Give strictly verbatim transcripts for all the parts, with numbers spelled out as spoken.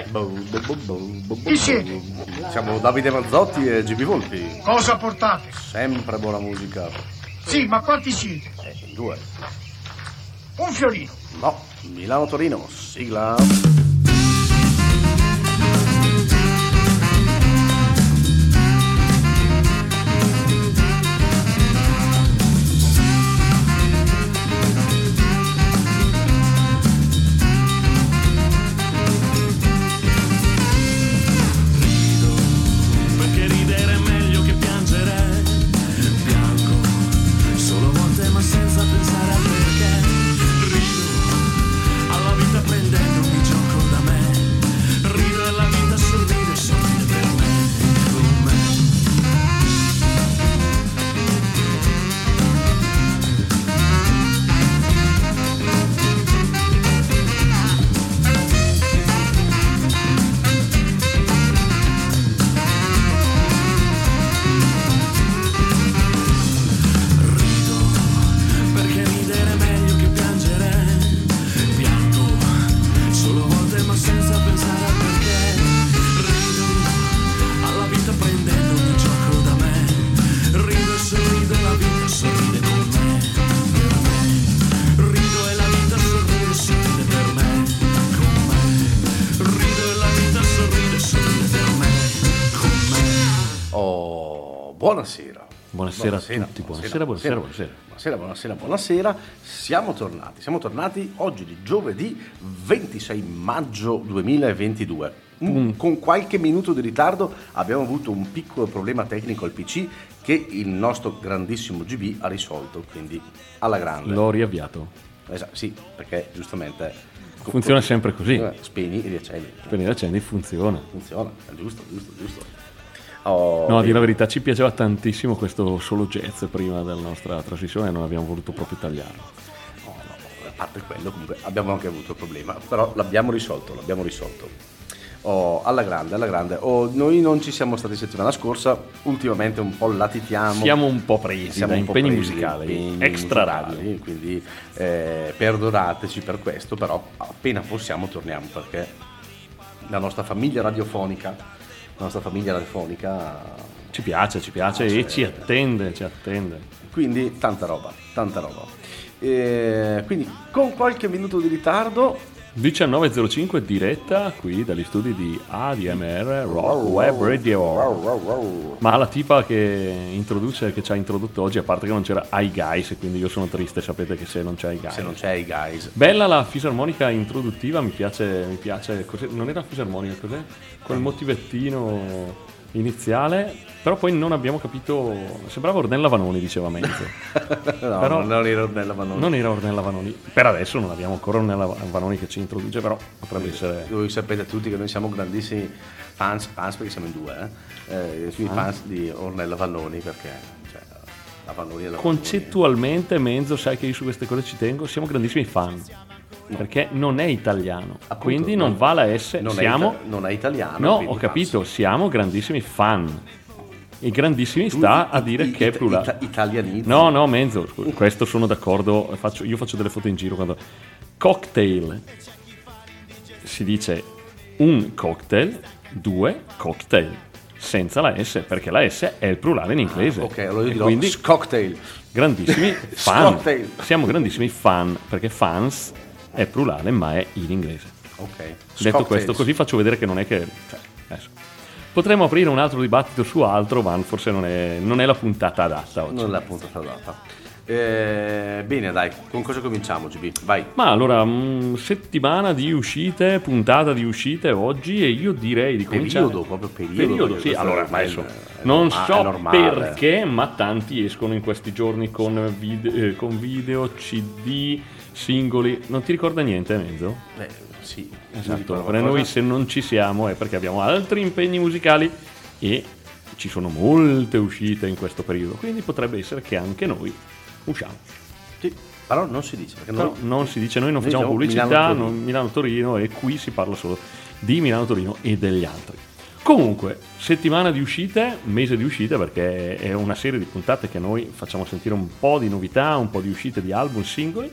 Chi siete? Siamo Davide Mazzotti e G B Volpi. Cosa portate? Sempre buona musica. Sì, ma quanti siete? Eh, in due. Un fiorino. No, Milano-Torino, sigla. Buonasera. Buonasera a tutti, buonasera, buonasera, buonasera. Buonasera, buonasera, buonasera. Siamo tornati, siamo tornati oggi di giovedì ventisei maggio duemilaventidue. Mm. Con qualche minuto di ritardo abbiamo avuto un piccolo problema tecnico al P C che il nostro grandissimo G B ha risolto, quindi alla grande. L'ho riavviato. Esatto, sì, perché giustamente funziona sempre così. Spegni e riaccendi. Spegni e riaccendi, funziona. Funziona, è giusto, giusto, giusto. Oh, no, a dire la verità ci piaceva tantissimo questo solo jazz prima della nostra trasmissione e non abbiamo voluto proprio tagliarlo. Oh, no, a parte quello comunque abbiamo anche avuto il problema, però l'abbiamo risolto, l'abbiamo risolto. Oh, alla grande, alla grande. Oh, noi non ci siamo stati settimana scorsa, ultimamente un po' latitiamo. Siamo un po' presi siamo da un po' impegni presi, musicali, impegni extra musicali, radio. Quindi eh, perdonateci per questo, però appena possiamo torniamo perché la nostra famiglia radiofonica la nostra famiglia radiofonica ci piace, ci piace e ci attende, ci attende. Quindi tanta roba, tanta roba. E quindi con qualche minuto di ritardo diciannove e zero cinque diretta qui dagli studi di A D M R Rock Web Radio. Ma la tipa che introduce, che ci ha introdotto oggi, a parte che non c'era I Guys, quindi io sono triste, sapete che se non c'è I Guys. Se non c'è I Guys. Bella la fisarmonica introduttiva, mi piace, mi piace. Cos'è? Non era fisarmonica, cos'è? Quel motivettino iniziale, però poi non abbiamo capito, sembrava Ornella Vanoni, diceva Menzo. No, però non era Ornella Vanoni. Non era Ornella Vanoni. Per adesso non abbiamo ancora Ornella Vanoni che ci introduce, però potrebbe essere. Voi sapete tutti che noi siamo grandissimi fans, fans perché siamo in due, eh? Eh, ah. fans di Ornella Vanoni perché cioè, la Vanoni è la concettualmente Vanoni. Menzo, sai che io su queste cose ci tengo, siamo grandissimi fan. No. Perché non è italiano, appunto, quindi non, non va la S. Non, siamo, è ita- non è italiano. No, ho capito, fans. Siamo grandissimi fan. E grandissimi sta a dire I, che è plurale. Ita- italianizzo. No, no, Menzo, questo sono d'accordo. Faccio, io faccio delle foto in giro quando. Cocktail. Si dice un cocktail, due cocktail. Senza la S, perché la S è il plurale in inglese. Ah, ok, allora io dirò quindi cocktail. Grandissimi fan. Siamo grandissimi fan, perché fans è plurale ma è in inglese. Ok. Detto questo, così faccio vedere che non è che cioè, adesso. Potremmo aprire un altro dibattito su altro, ma forse non è, non è la puntata adatta oggi. Non è la puntata adatta. Eh, bene, dai, con cosa cominciamo, G B? Vai. Ma allora, mh, settimana di uscite, puntata di uscite oggi, e io direi di cominciare. Periodo, proprio periodo. Periodo, sì, allora, adesso non so perché, ma tanti escono in questi giorni con video, eh, con video, C D, singoli. Non ti ricorda niente, Menzo? Beh, sì. Esatto, per noi se non ci siamo è perché abbiamo altri impegni musicali e ci sono molte uscite in questo periodo, quindi potrebbe essere che anche noi usciamo. Sì, però non si dice. Perché però noi, non si dice, noi non noi facciamo pubblicità, Milano-Torino. Non, Milano-Torino, e qui si parla solo di Milano-Torino e degli altri. Comunque, settimana di uscite, mese di uscite, perché è una serie di puntate che noi facciamo sentire un po' di novità, un po' di uscite di album singoli.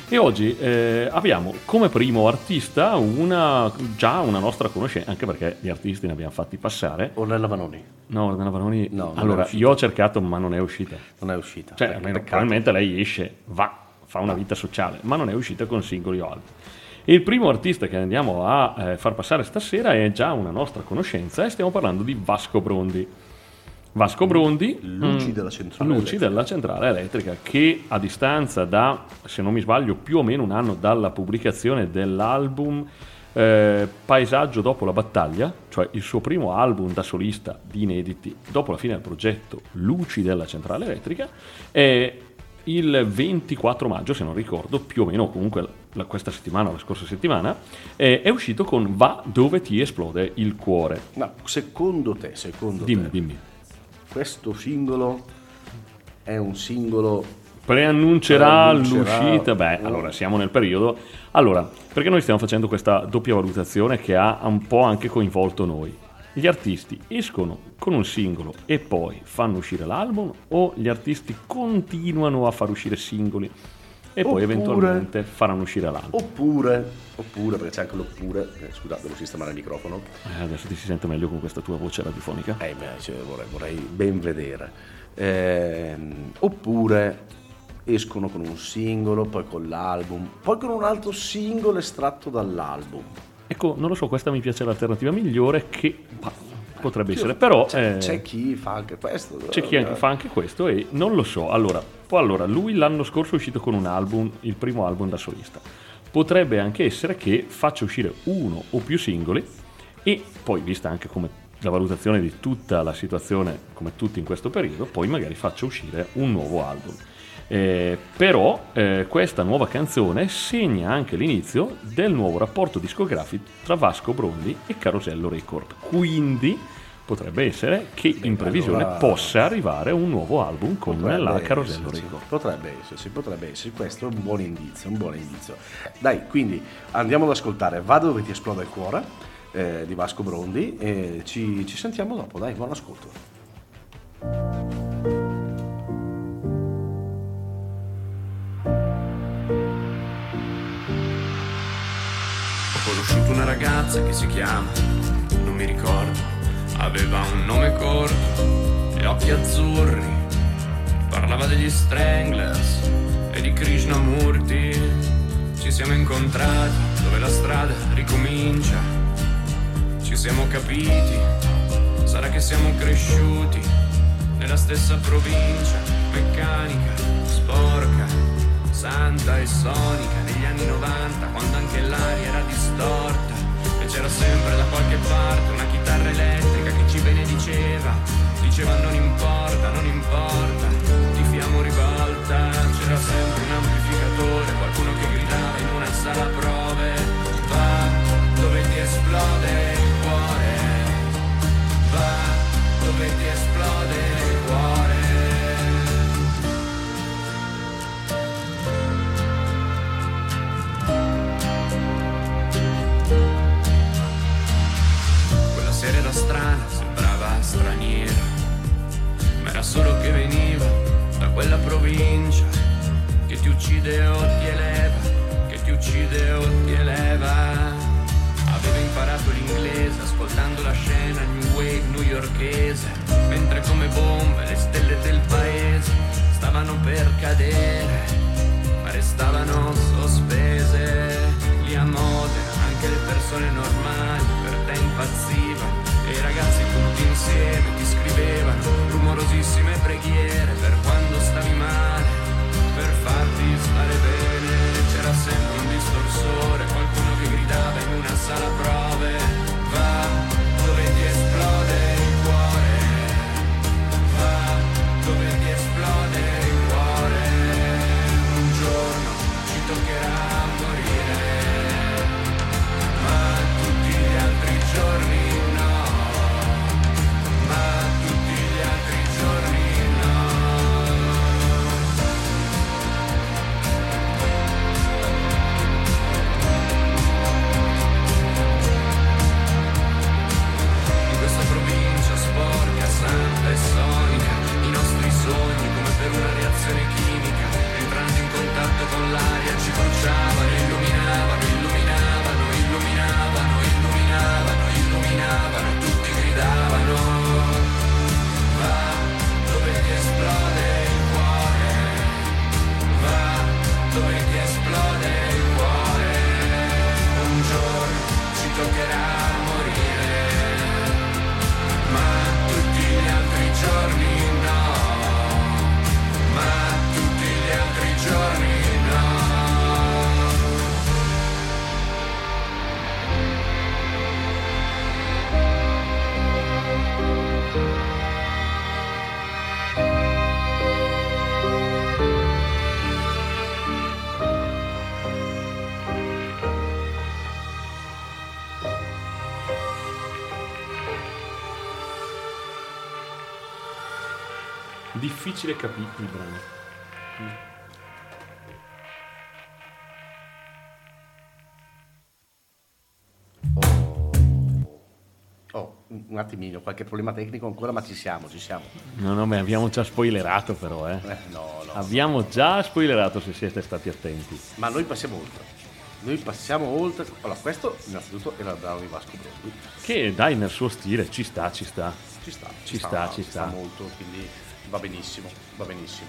E oggi eh, abbiamo come primo artista una, già una nostra conoscenza, anche perché gli artisti ne abbiamo fatti passare. Ornella Vanoni. No, Ornella Vanoni, No, non allora è io ho cercato ma non è uscita. Non è uscita. Cioè, Eh, almeno peccato. probabilmente lei esce, va, fa una vita sociale, ma non è uscita con singoli o album. E il primo artista che andiamo a eh, far passare stasera è già una nostra conoscenza e stiamo parlando di Vasco Brondi. Vasco Brondi, Luci mm, della centrale Luci elettrica. della centrale elettrica, che a distanza da, se non mi sbaglio, più o meno un anno dalla pubblicazione dell'album eh, Paesaggio dopo la battaglia, cioè il suo primo album da solista di inediti dopo la fine del progetto Luci della centrale elettrica, è il ventiquattro maggio, se non ricordo, più o meno comunque la, questa settimana o la scorsa settimana, eh, è uscito con Va dove ti esplode il cuore. Ma secondo te, secondo Dimmi, te, dimmi. questo singolo è un singolo Preannuncerà, Preannuncerà- l'uscita. Beh, no. allora siamo nel periodo. Allora, perché noi stiamo facendo questa doppia valutazione che ha un po' anche coinvolto noi. Gli artisti escono con un singolo e poi fanno uscire l'album, o gli artisti continuano a far uscire singoli e poi Oppure- eventualmente faranno uscire l'album? oppure, oppure, perché c'è anche l'oppure, eh, scusate, devo sistemare il microfono. Eh, adesso ti si sente meglio con questa tua voce radiofonica. Eh, beh, cioè, vorrei, vorrei ben vedere. Ehm, oppure escono con un singolo, poi con l'album, poi con un altro singolo estratto dall'album. Ecco, non lo so, questa mi piace l'alternativa migliore che bah, potrebbe essere, però C'è, eh, c'è chi fa anche questo. c'è chi anche fa anche questo e non lo so. Allora, poi allora, lui l'anno scorso è uscito con un album, il primo album da solista. Potrebbe anche essere che faccia uscire uno o più singoli e poi, vista anche come la valutazione di tutta la situazione, come tutti in questo periodo, poi magari faccia uscire un nuovo album. Eh, però eh, questa nuova canzone segna anche l'inizio del nuovo rapporto discografico tra Vasco Brondi e Carosello Record, quindi potrebbe essere che in previsione allora- possa arrivare un nuovo album con Potrebbe la Carosello esserci, Record. potrebbe esserci, potrebbe esserci, questo è un buon indizio, un buon indizio. Dai, quindi andiamo ad ascoltare Va dove ti esplode il cuore eh, di Vasco Brondi e ci, ci sentiamo dopo, dai, buon ascolto. Ho conosciuto una ragazza che si chiama, non mi ricordo, aveva un nome corto e occhi azzurri, parlava degli Stranglers e di Krishnamurti. Ci siamo incontrati dove la strada ricomincia, ci siamo capiti, sarà che siamo cresciuti nella stessa provincia, meccanica, sporca, santa e sonica, negli anni novanta, quando anche l'aria era distorta e c'era sempre da qualche parte una chitarra elettrica che ci benediceva, diceva non importa, non importa, ti fiamo rivolta, c'era sempre un amplificatore, qualcuno che gridava in una sala prove, va dove ti esplode il cuore, va dove ti esplode il cuore. Quella sera era strana, sembrava straniera, ma era solo che veniva da quella provincia che ti uccide o ti eleva, che ti uccide o ti eleva. Aveva imparato l'inglese ascoltando la scena new wave newyorkese, mentre come bombe le stelle del paese stavano per cadere, ma restavano sospese. Lì a Modena anche le persone normali per te impazzivano e i ragazzi tutti insieme ti scrivevano rumorosissime preghiere per quando stavi male, per farti stare bene. C'era sempre un distorsore, qualcuno che gridava in una sala prove, va dove ti esplode il cuore, va dove ti esplode il cuore. Un giorno ci toccherà morire, ma tutti gli altri giorni no, ma tutti gli altri giorni no. dove ti esplode il cuore. Un giorno ci toccherà morire, ma tutti gli altri giorni no, ma tutti gli altri giorni no. Difficile capire il brano. Oh. Oh, un attimino, qualche problema tecnico ancora, ma ci siamo, ci siamo. No, no, ma abbiamo già spoilerato però, eh. Eh, no, no. Abbiamo già spoilerato se siete stati attenti. Ma noi passiamo oltre. Noi passiamo oltre. Allora, questo innanzitutto era il brano di Vasco Brondi. Che dai, nel suo stile ci sta, ci sta. Ci sta, Ci sta, ci ci sta. sta molto, quindi va benissimo, va benissimo.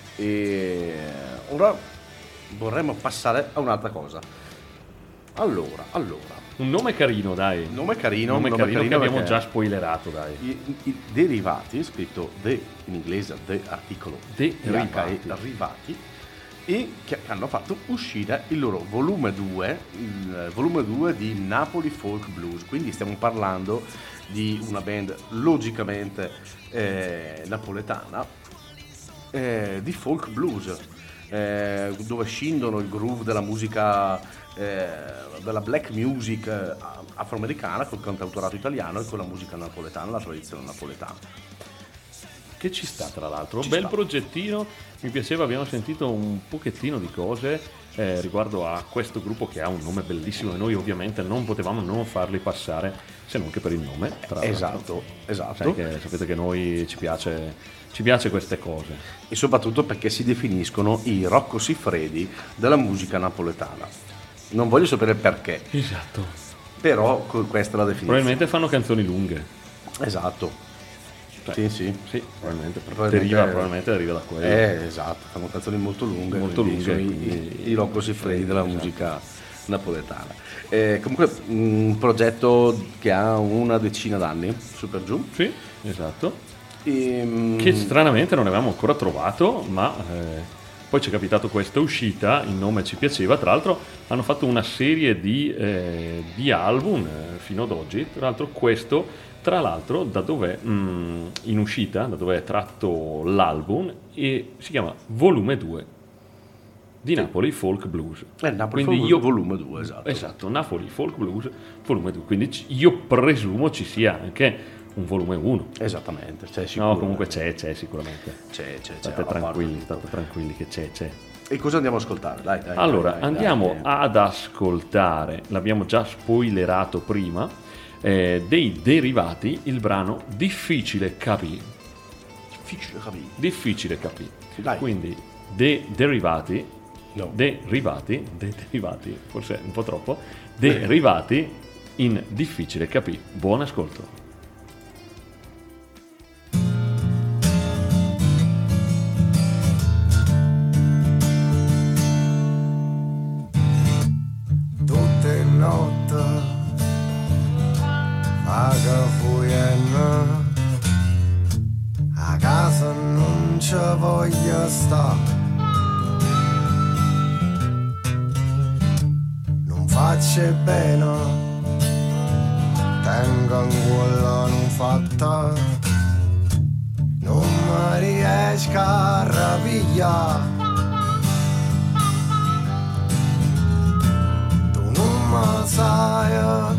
E ora vorremmo passare a un'altra cosa. Allora, allora. Un nome carino, dai. Nome carino, nome, nome carino, carino che abbiamo perché già spoilerato, dai. I, i derivati, scritto de in inglese, de articolo, Derivati. derivati, e che hanno fatto uscire il loro volume due, il volume due di Napoli Folk Blues. Quindi stiamo parlando di una band logicamente eh, napoletana, eh, di folk blues, eh, dove scindono il groove della musica, eh, della black music eh, afroamericana col cantautorato italiano e con la musica napoletana, la tradizione napoletana. Che ci sta, tra l'altro. Ci Bel sta. progettino, mi piaceva, abbiamo sentito un pochettino di cose eh, riguardo a questo gruppo che ha un nome bellissimo e noi ovviamente non potevamo non farli passare se non che per il nome. Tra l'altro. Esatto, esatto. Sai che, sapete che noi ci piace, ci piace queste cose. E soprattutto perché si definiscono i Rocco Siffredi della musica napoletana. Non voglio sapere perché, Esatto. però co- questa è la definizione. Probabilmente fanno canzoni lunghe. Esatto. Cioè, Sì, sì. Sì, probabilmente, Probabilmente- deriva, probabilmente deriva da quello. Eh, esatto, fanno canzoni molto lunghe, Molto quindi lunghe, sono i- quindi- i, i Rocco Siffredi della Esatto. musica napoletana. Eh, comunque un progetto che ha una decina d'anni, su per giù. Sì, esatto. E, Che stranamente non avevamo ancora trovato, ma eh, poi ci è capitato questa uscita, il nome ci piaceva, tra l'altro hanno fatto una serie di, eh, di album eh, fino ad oggi, tra l'altro questo, tra l'altro da dove mh, in uscita, da dove è tratto l'album, e si chiama Volume due di Napoli Folk Blues. eh, Napoli Quindi Folk io- volume due, esatto. Esatto, Napoli Folk Blues Volume due, quindi ci- io presumo ci sia anche un volume uno. Esattamente, c'è No, sicuro. comunque c'è, c'è sicuramente. C'è, c'è, c'è. State alla parte tranquilli, di tutto. state tranquilli che c'è, c'è. E cosa andiamo ad ascoltare? Dai, dai, Allora, dai, dai, andiamo dai. ad ascoltare, l'abbiamo già spoilerato prima, eh, dei derivati, il brano Difficile capire. Difficile capire. Difficile capire. Dai. Quindi, de derivati, No. derivati, de derivati, forse un po' troppo, derivati in difficile capire. Buon ascolto. Tutte notte fa che fuienno a casa non ci voglio stare, non faccio bene, tengo in quello non fatta, non mi riesco a rapigliare. Ma sai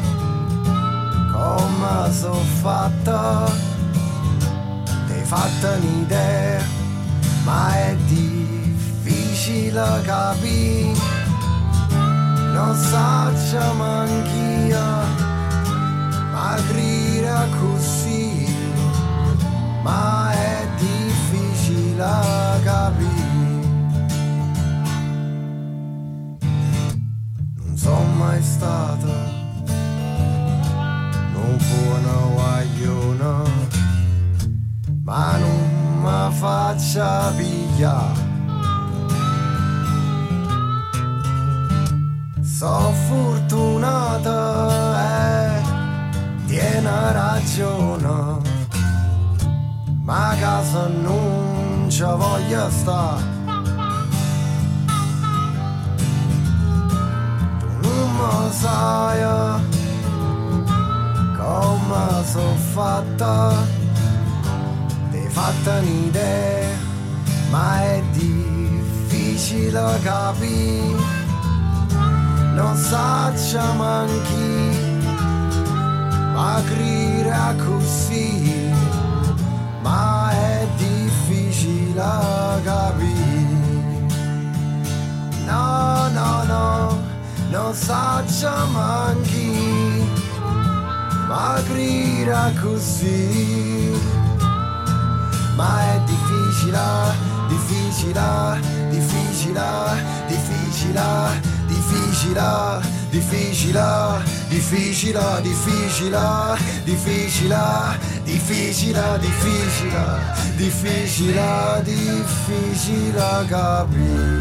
come sono fatta, ti hai fatta un'idea, ma è difficile capire, non so manch'io, ma grida così, ma è difficile capire. Sono mai stato un buono guaglione, ma non mi faccia pigliare so fortunata e tiene ragione, ma a casa non ci voglio stare. Tu non mi sai come sono fatta, ti hai fatta un'idea, ma è difficile capire. Non saccia manchi, ma crire così, ma è difficile capire. No, no, no, non saccia manchi, ma crire così, ma è difficile, difficile, difficile, difficile. Difficile, difficile, difficile, difficile, difficile, difficile, difficile, difficile, difficile capire.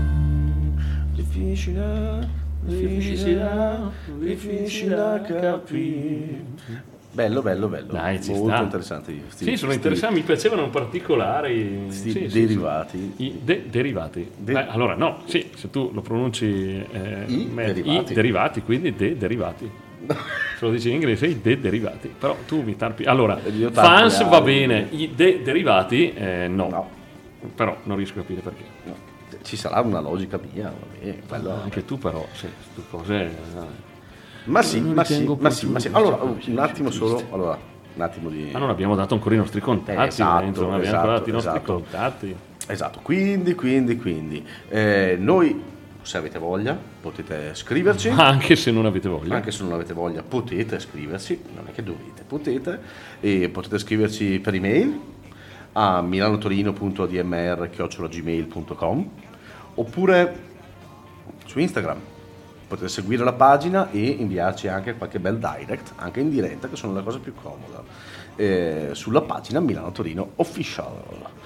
Difficile, difficile, difficile capire. Bello, bello, bello. Dai, ci molto sta. interessante. Sti, Sì, sono sti, interessanti, mi piacevano in particolare i sti sì, sì, derivati. sì. I de- derivati. De- Eh, allora, no, sì, se tu lo pronunci eh, I me- derivati. i derivati, quindi de derivati. Se lo dici in inglese, i de derivati. Però tu mi tarpi. Allora, Io tarpi fans altri. va bene, i de derivati eh, no. No. Però non riesco a capire perché. No. Ci sarà una logica mia, vabbè, quello- Anche tu però, sì, queste cose... eh. Ma sì, Non ma sì, ritengo ma sì, ma sì. opportuno. Allora, un attimo solo, allora, un attimo di... Ma non abbiamo dato ancora i nostri contatti, Eh, esatto, Renzo, non abbiamo esatto, ancora dato i nostri esatto. contatti. Esatto, quindi, quindi, quindi, eh, noi, se avete voglia, potete scriverci, Anche se non avete voglia. anche se non avete voglia, potete scriverci, non è che dovete, potete, e potete scriverci per email a milanotorino punto d m r chiocciola gmail punto com oppure su Instagram. Potete seguire la pagina e inviarci anche qualche bel direct, anche in diretta, che sono le cose più comode, eh, sulla pagina Milano Torino Official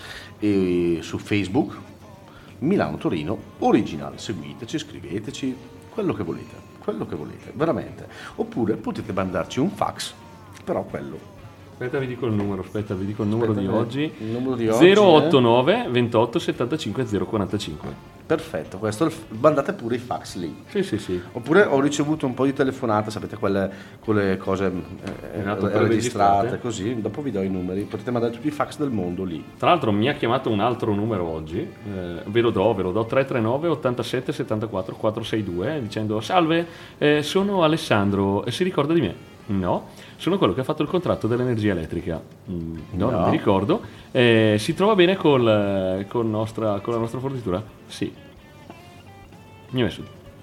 e su Facebook Milano Torino Original. Seguiteci, scriveteci, quello che volete, quello che volete, veramente. Oppure potete mandarci un fax, però quello... Aspetta, vi dico il numero, aspetta, vi dico il numero Aspetta, di eh, oggi. il numero di oggi zero otto è- nove ventotto settantacinque zero quarantacinque. Perfetto, questo, è il f- mandate pure i fax lì. Sì, sì, sì. Oppure ho ricevuto un po' di telefonate, sapete, quelle con le cose eh, Esatto, eh, preregistrate. registrate, così, dopo vi do i numeri, potete mandare tutti i fax del mondo lì. Tra l'altro mi ha chiamato un altro numero oggi, eh, ve lo do, ve lo do, tre tre nove ottantasette settantaquattro quattrocentosesantadue, dicendo salve, eh, sono Alessandro, e si ricorda di me? No, sono quello che ha fatto il contratto dell'energia elettrica. Mm, no, non No. mi ricordo. Eh, si trova bene col, col nostra, con la nostra fornitura? Sì. Mi ha messo.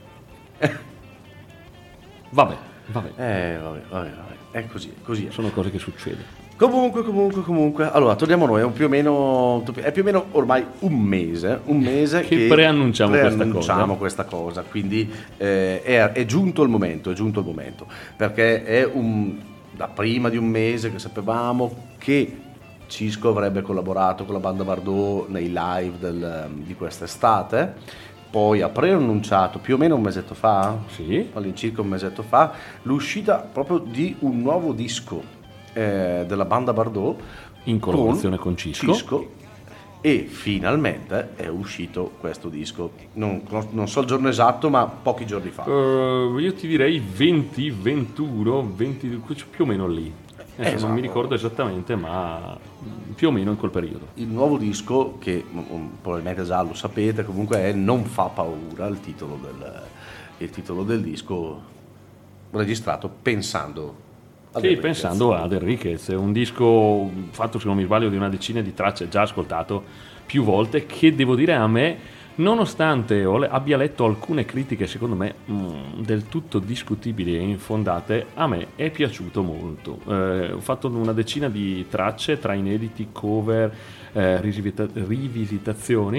Vabbè, vabbè, Eh, vabbè, vabbè, vabbè, è così, è così. è. sono cose che succedono. Comunque, comunque, comunque, allora, torniamo a noi, è un più o meno, è più o meno ormai un mese, un mese Che che, preannunciamo questa preannunciamo cosa. questa cosa, quindi eh, è, è giunto il momento, è giunto il momento, perché è un, da prima di un mese che sapevamo che Cisco avrebbe collaborato con la banda Bardot nei live del, di quest'estate, poi ha preannunciato più o meno un mesetto fa, Sì. all'incirca un mesetto fa, l'uscita proprio di un nuovo disco eh, della banda Bardot In collaborazione con Cisco. e finalmente è uscito questo disco, non, non so il giorno esatto, ma pochi giorni fa. Eh, io ti direi venti, ventuno, venti, più o meno lì. Adesso Esatto. non mi ricordo esattamente, ma più o meno in quel periodo. Il nuovo disco, che mm, probabilmente già lo sapete, comunque è Non fa paura, il titolo del, il titolo del disco, registrato pensando ad Sì, Enriquez. pensando ad Enriquez, è un disco fatto, se non mi sbaglio, di una decina di tracce, già ascoltato più volte, che devo dire a me, nonostante ho le- abbia letto alcune critiche secondo me mm, del tutto discutibili e infondate, a me è piaciuto molto. Eh, ho fatto una decina di tracce tra inediti, cover, eh, risivita- rivisitazioni.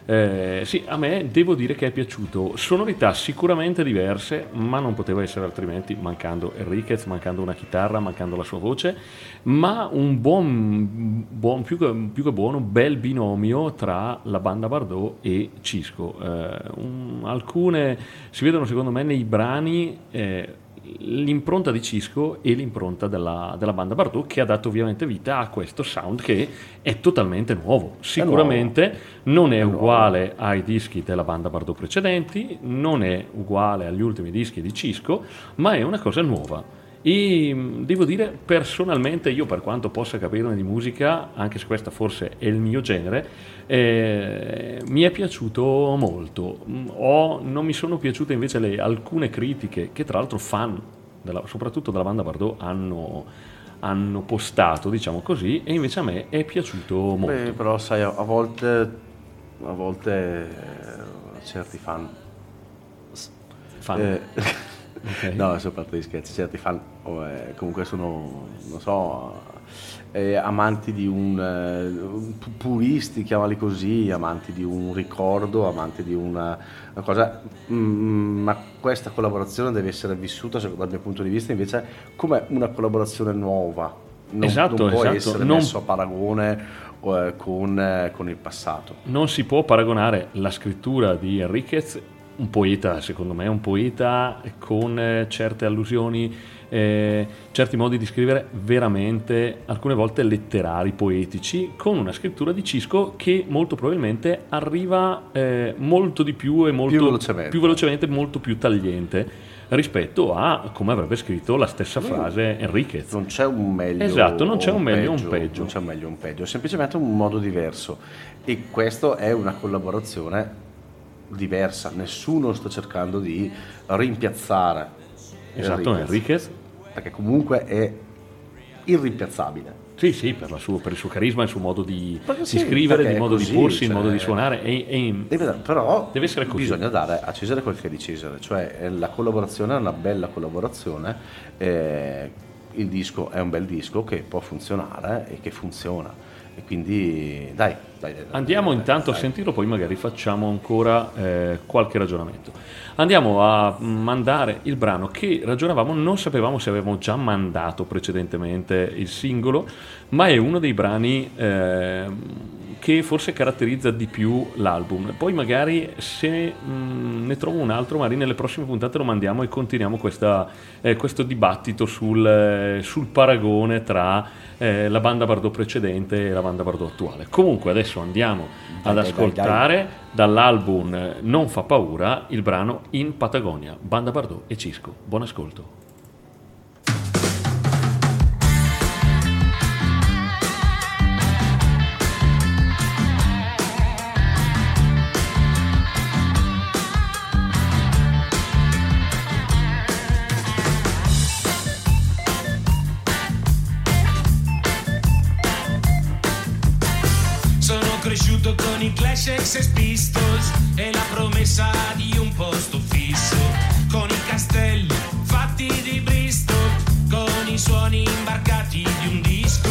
Eh, sì, a me devo dire che è piaciuto. Sonorità sicuramente diverse, ma non poteva essere altrimenti, mancando Enriquez, mancando una chitarra, mancando la sua voce, ma un buon, buon più, che, più che buono, bel binomio tra la banda Bardot e Cisco. Eh, un, alcune si vedono secondo me nei brani eh, l'impronta di Cisco e l'impronta della, della banda Bardot, che ha dato ovviamente vita a questo sound che è totalmente nuovo. Sicuramente è nuovo. Non è, è uguale nuovo. Ai dischi della banda Bardot precedenti, non è uguale agli ultimi dischi di Cisco, ma è una cosa nuova. E devo dire, personalmente, io per quanto possa capirne di musica, anche se questa forse è il mio genere, eh, mi è piaciuto molto. Ho, non mi sono piaciute invece le, alcune critiche che tra l'altro fan, della, soprattutto della banda Bardot, hanno, hanno postato, diciamo così, e invece a me è piaciuto molto. Beh, però sai, a volte, a volte eh, certi fan... Fan? Eh, Okay. No, adesso parte di scherzi, certi fan oh, eh, comunque sono, non so, eh, amanti di un, eh, puristi, chiamali così, amanti di un ricordo, amanti di una, una cosa, mm, ma questa collaborazione deve essere vissuta, dal mio punto di vista, invece come una collaborazione nuova. Non, esatto, non può esatto. essere non... messo a paragone eh, con, eh, con il passato. Non si può paragonare la scrittura di Enriquez, un poeta, secondo me, un poeta con eh, certe allusioni, eh, certi modi di scrivere veramente, alcune volte letterari, poetici, con una scrittura di Cisco che molto probabilmente arriva eh, molto di più e molto più velocemente. più velocemente, molto più tagliente rispetto a come avrebbe scritto la stessa frase Enriquez. Non c'è un meglio, esatto, non c'è un, un meglio peggio, un peggio. Non c'è un meglio o un peggio, è semplicemente un modo diverso. E questo è una collaborazione diversa, nessuno sta cercando di rimpiazzare esatto Enriquez, perché comunque è irrimpiazzabile. Sì, sì, per, la sua, per il suo carisma, il suo modo di, sì, di scrivere, il modo così, di porsi, cioè, il modo di suonare. È, è, deve, però deve essere così. Bisogna dare a Cesare quel che è di Cesare, cioè la collaborazione è una bella collaborazione, eh, il disco è un bel disco che può funzionare e che funziona. E quindi dai, dai, dai andiamo dai, intanto dai. a sentirlo, poi magari facciamo ancora eh, qualche ragionamento. Andiamo a mandare il brano che ragionavamo, non sapevamo se avevamo già mandato precedentemente il singolo, ma è uno dei brani eh, che forse caratterizza di più l'album. Poi magari se mh, ne trovo un altro, magari nelle prossime puntate lo mandiamo e continuiamo questa, eh, questo dibattito sul, eh, sul paragone tra eh, la banda Bardot precedente e la banda Bardot attuale. Comunque adesso andiamo dai, ad dai, ascoltare dai, dai. dall'album Non fa paura il brano In Patagonia, banda Bardot e Cisco. Buon ascolto. Cresciuto con i Clash e Sex Pistols e la promessa di un posto fisso, con i castelli fatti di Bristol, con i suoni imbarcati di un disco.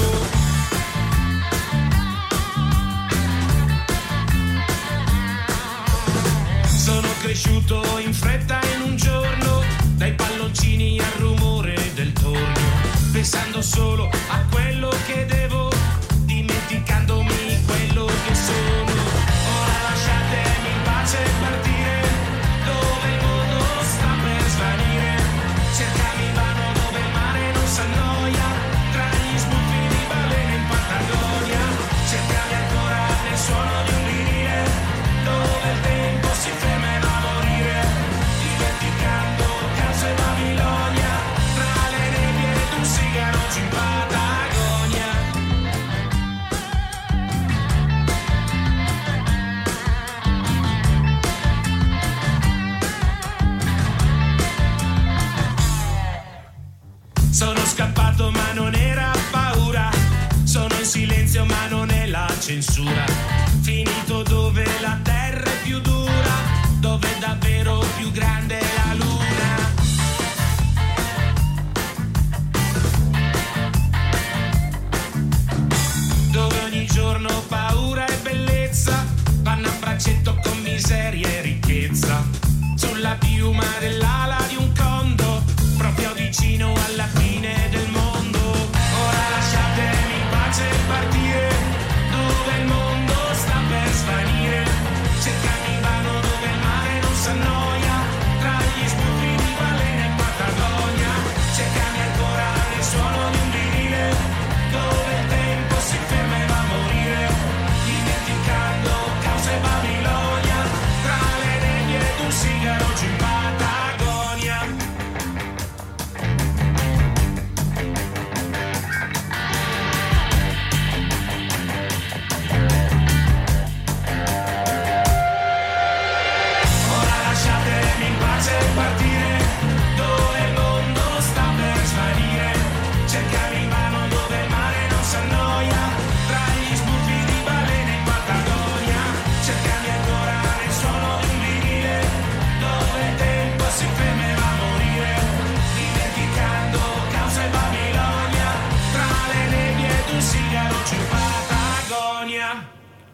Sono cresciuto in fretta in un giorno, dai palloncini al rumore del torno, pensando solo a quello che devo, dimenticandomi quello che sono. Ora lasciatemi in pace partire, dove il mondo sta per svanire. Cercami vano dove il mare non s'annoia, tra gli sbuffi di balene in Patagonia. Cercami ancora nel suono di un vinile, dove il tempo si ferma e va a morire. Dimenticando Caos e Babilonia, tra le nebbie ed un sigaro giù in Patagonia. Sono scappato ma non era paura, sono in silenzio ma non è la censura. Finito dove la terra è più dura, dove è davvero più grande la luna. Dove ogni giorno paura e bellezza vanno a braccetto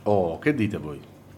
Oh, che dite voi?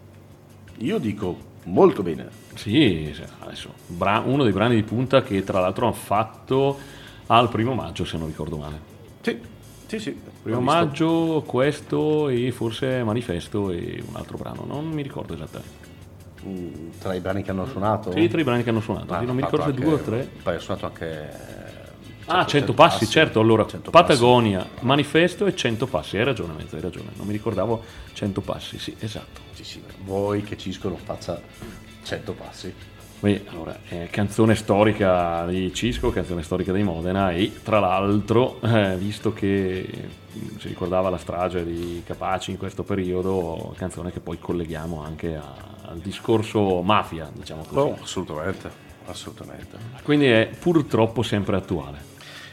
Io dico molto bene. Sì, sì, adesso bra- uno dei brani di punta che tra l'altro hanno fatto al primo maggio, se non ricordo male. Sì, sì, sì. Primo L'ho visto. maggio, questo e forse Manifesto e un altro brano, non mi ricordo esattamente. Mm, Tra i brani che hanno suonato? Sì, tra i brani che hanno suonato, Ma sì, non mi hanno fatto ricordo se due o anche- tre. Poi ha suonato anche... Ah, cento passi, certo, allora cento Patagonia, passi. Manifesto e cento passi, hai ragione Mezzo, hai ragione, non mi ricordavo cento passi, sì, esatto. Sì, sì, vuoi che Cisco non faccia cento passi? Beh, allora, eh, canzone storica di Cisco, canzone storica di Modena e tra l'altro, eh, visto che mh, si ricordava la strage di Capaci in questo periodo, canzone che poi colleghiamo anche a- al discorso mafia, diciamo così. Oh, assolutamente, assolutamente. Quindi è purtroppo sempre attuale.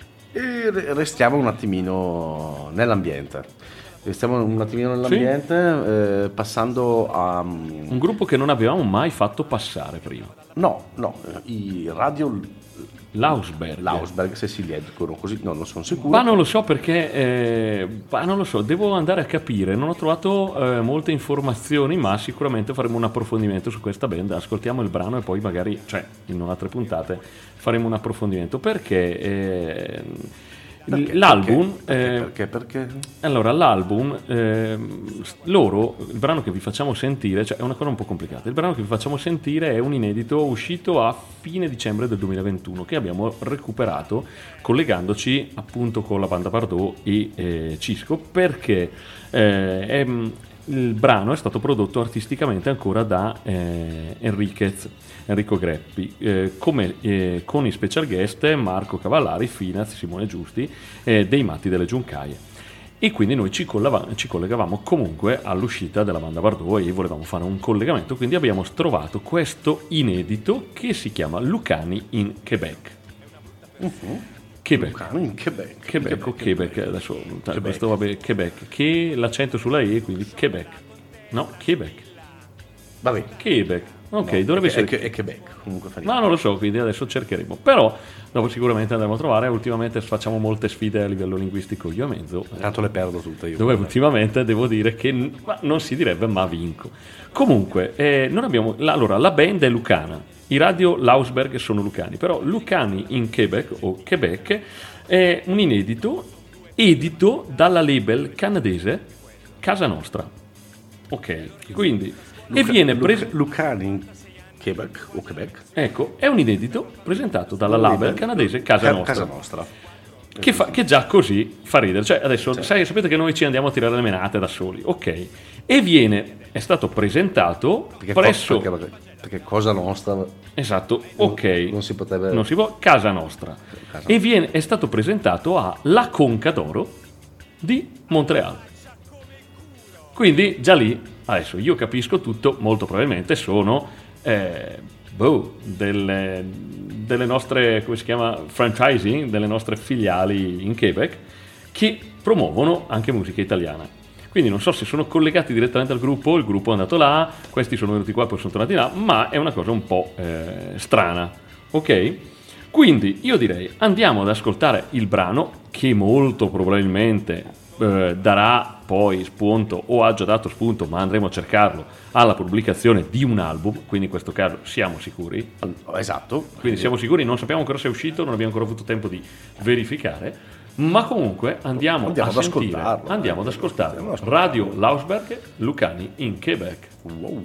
E re- restiamo un attimino nell'ambiente. Restiamo un attimino nell'ambiente, eh, passando a... Un gruppo che non avevamo mai fatto passare prima. No, no, i Radio L'Ausberg. Lausberg, se si leggono così, no, non sono sicuro. Ma non lo so perché, eh, ma non lo so, devo andare a capire, non ho trovato eh, molte informazioni, ma sicuramente faremo un approfondimento su questa band, ascoltiamo il brano e poi magari, cioè in altre puntate, faremo un approfondimento perché, eh, Perché? l'album... Perché? eh, Perché? Perché? Allora, l'album, ehm, loro, il brano che vi facciamo sentire, cioè è una cosa un po' complicata, il brano che vi facciamo sentire è un inedito uscito a fine dicembre del duemilaventuno che abbiamo recuperato collegandoci appunto con la banda Bardot e eh, Cisco perché eh, è, il brano è stato prodotto artisticamente ancora da eh, Enriquez, Enrico Greppi, eh, come, eh, con i special guest Marco Cavallari, Finaz, Simone Giusti, eh, dei Matti delle Giuncaie. E quindi noi ci, collava- ci collegavamo comunque all'uscita della banda Bardot e volevamo fare un collegamento, quindi abbiamo trovato questo inedito che si chiama Lucani in Quebec. Quebec. Lucani in Quebec. Quebec o Quebec, adesso questo vabbè, Quebec, che l'accento sulla E, quindi Quebec. No, Quebec. Vabbè. Quebec. Ok, No, dovrebbe è, essere. è, è Quebec, comunque fa niente. Ma non lo so, quindi adesso cercheremo. Però dopo sicuramente andremo a trovare. Ultimamente facciamo molte sfide a livello linguistico io a mezzo. Tanto le perdo tutte io. Dove ultimamente devo dire che n- ma non si direbbe ma vinco. Comunque, eh, non abbiamo. la- allora, la band è lucana. I Radio Lausberg sono lucani. Però Lucani in Quebec o Quebec è un inedito edito dalla label canadese Casa Nostra. Ok, quindi. E Luca- viene Luca- preso. Lucani in Quebec o Quebec. Ecco, è un inedito presentato dalla label canadese Casa Ca- Nostra, Casa Nostra. che, fa, che già così fa ridere. Cioè, adesso sai, sapete che noi ci andiamo a tirare le menate da soli, ok? E viene, è stato presentato Perché, presso... co- perché, perché Cosa Nostra Esatto, ok. non si potrebbe- Non si può, Casa Nostra. Casa E viene, è stato presentato a La Conca d'Oro di Montreal. Quindi già lì, adesso io capisco tutto, molto probabilmente sono eh, boh, delle, delle nostre, come si chiama, franchising, delle nostre filiali in Quebec che promuovono anche musica italiana. Quindi non so se sono collegati direttamente al gruppo, il gruppo è andato là, questi sono venuti qua e poi sono tornati là, ma è una cosa un po' eh, strana, ok? Quindi io direi andiamo ad ascoltare il brano che molto probabilmente eh, darà poi spunto o ha già dato spunto, ma andremo a cercarlo alla pubblicazione di un album, quindi in questo caso siamo sicuri. Esatto. Quindi siamo sicuri, non sappiamo ancora se è uscito, non abbiamo ancora avuto tempo di verificare, ma comunque andiamo, Andiamo a ad sentire, ascoltarlo. andiamo ad ascoltare Andiamo ad ascoltarlo. Radio Lausberg, Lucani in Quebec. Wow.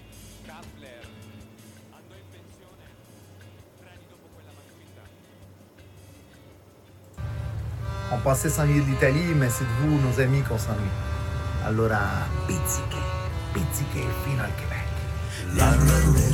On pensait s'ennuyer de l'Italie, mais c'est de vous, nos amis, qu'on s'ennuie. Allora, pizziche, pizziche fino al Quebec.